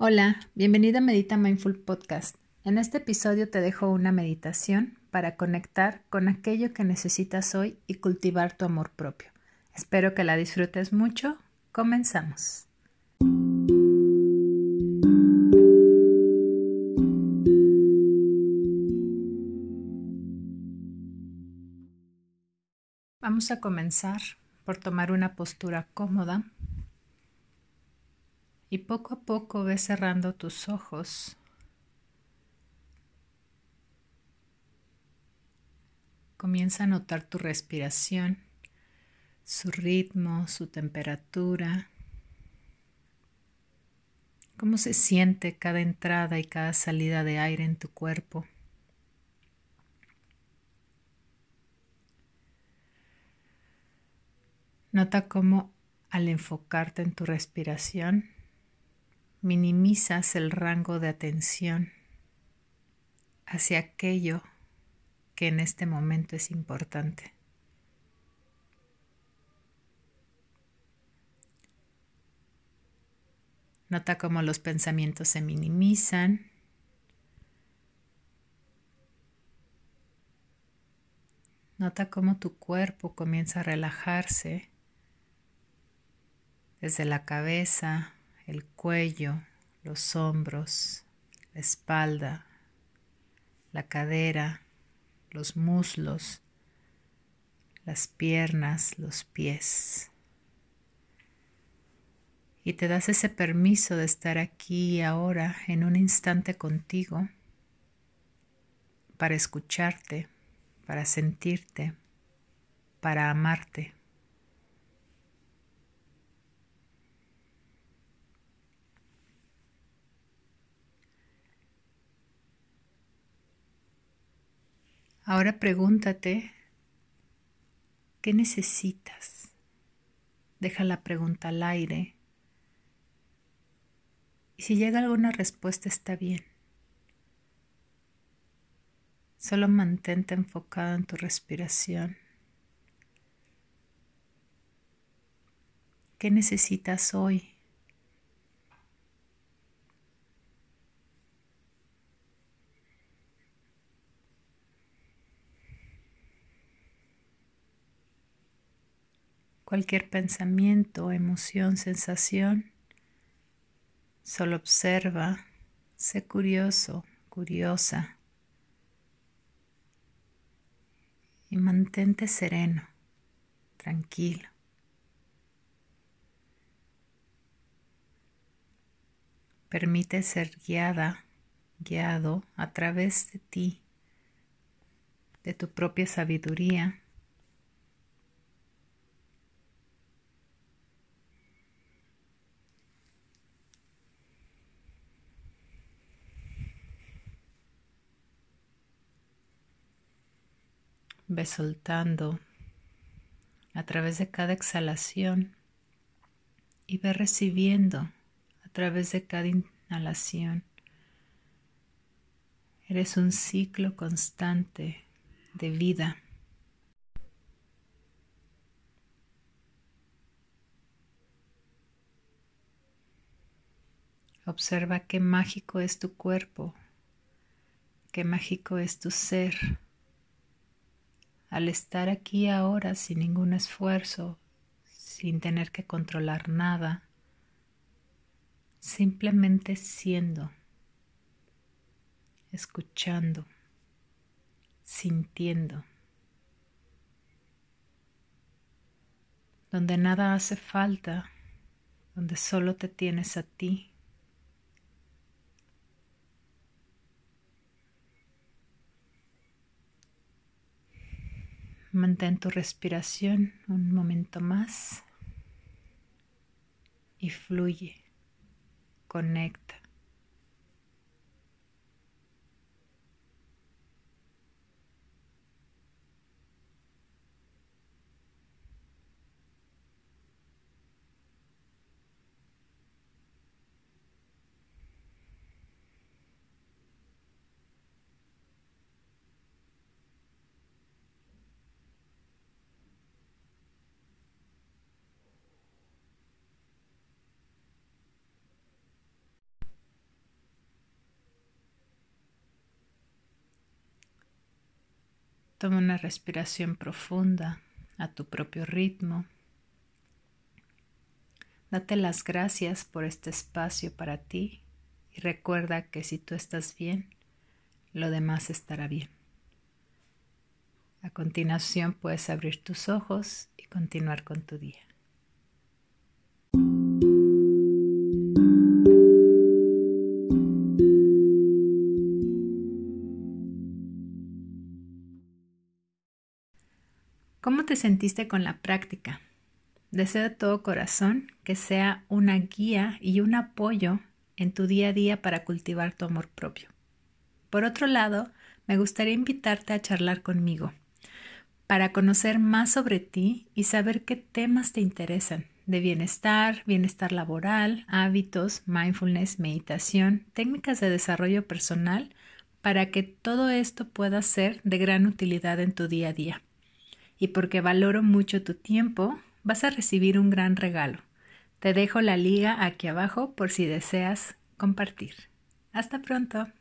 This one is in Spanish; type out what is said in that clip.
Hola, bienvenida a Medita Mindful Podcast. En este episodio te dejo una meditación para conectar con aquello que necesitas hoy y cultivar tu amor propio. Espero que la disfrutes mucho. Comenzamos. Vamos a comenzar por tomar una postura cómoda y poco a poco ve cerrando tus ojos. Comienza a notar tu respiración, su ritmo, su temperatura, cómo se siente cada entrada y cada salida de aire en tu cuerpo. Nota cómo al enfocarte en tu respiración, minimizas el rango de atención hacia aquello que en este momento es importante. Nota cómo los pensamientos se minimizan. Nota cómo tu cuerpo comienza a relajarse desde la cabeza, el cuello, los hombros, la espalda, la cadera, los muslos, las piernas, los pies. Y te das ese permiso de estar aquí y ahora en un instante contigo para escucharte, para sentirte, para amarte. Ahora pregúntate, ¿qué necesitas? Deja la pregunta al aire. Y si llega alguna respuesta está bien. Solo mantente enfocado en tu respiración. ¿Qué necesitas hoy? Cualquier pensamiento, emoción, sensación, solo observa, sé curioso, curiosa y mantente sereno, tranquilo. Permite ser guiada, guiado a través de ti, de tu propia sabiduría. Ve soltando a través de cada exhalación y ve recibiendo a través de cada inhalación. Eres un ciclo constante de vida. Observa qué mágico es tu cuerpo, qué mágico es tu ser. Al estar aquí ahora sin ningún esfuerzo, sin tener que controlar nada, simplemente siendo, escuchando, sintiendo, donde nada hace falta, donde solo te tienes a ti. Mantén tu respiración un momento más y fluye, conecta. Toma una respiración profunda a tu propio ritmo. Date las gracias por este espacio para ti y recuerda que si tú estás bien, lo demás estará bien. A continuación puedes abrir tus ojos y continuar con tu día. ¿Cómo te sentiste con la práctica? Deseo de todo corazón que sea una guía y un apoyo en tu día a día para cultivar tu amor propio. Por otro lado, me gustaría invitarte a charlar conmigo para conocer más sobre ti y saber qué temas te interesan de bienestar, bienestar laboral, hábitos, mindfulness, meditación, técnicas de desarrollo personal para que todo esto pueda ser de gran utilidad en tu día a día. Y porque valoro mucho tu tiempo, vas a recibir un gran regalo. Te dejo la liga aquí abajo por si deseas compartir. Hasta pronto.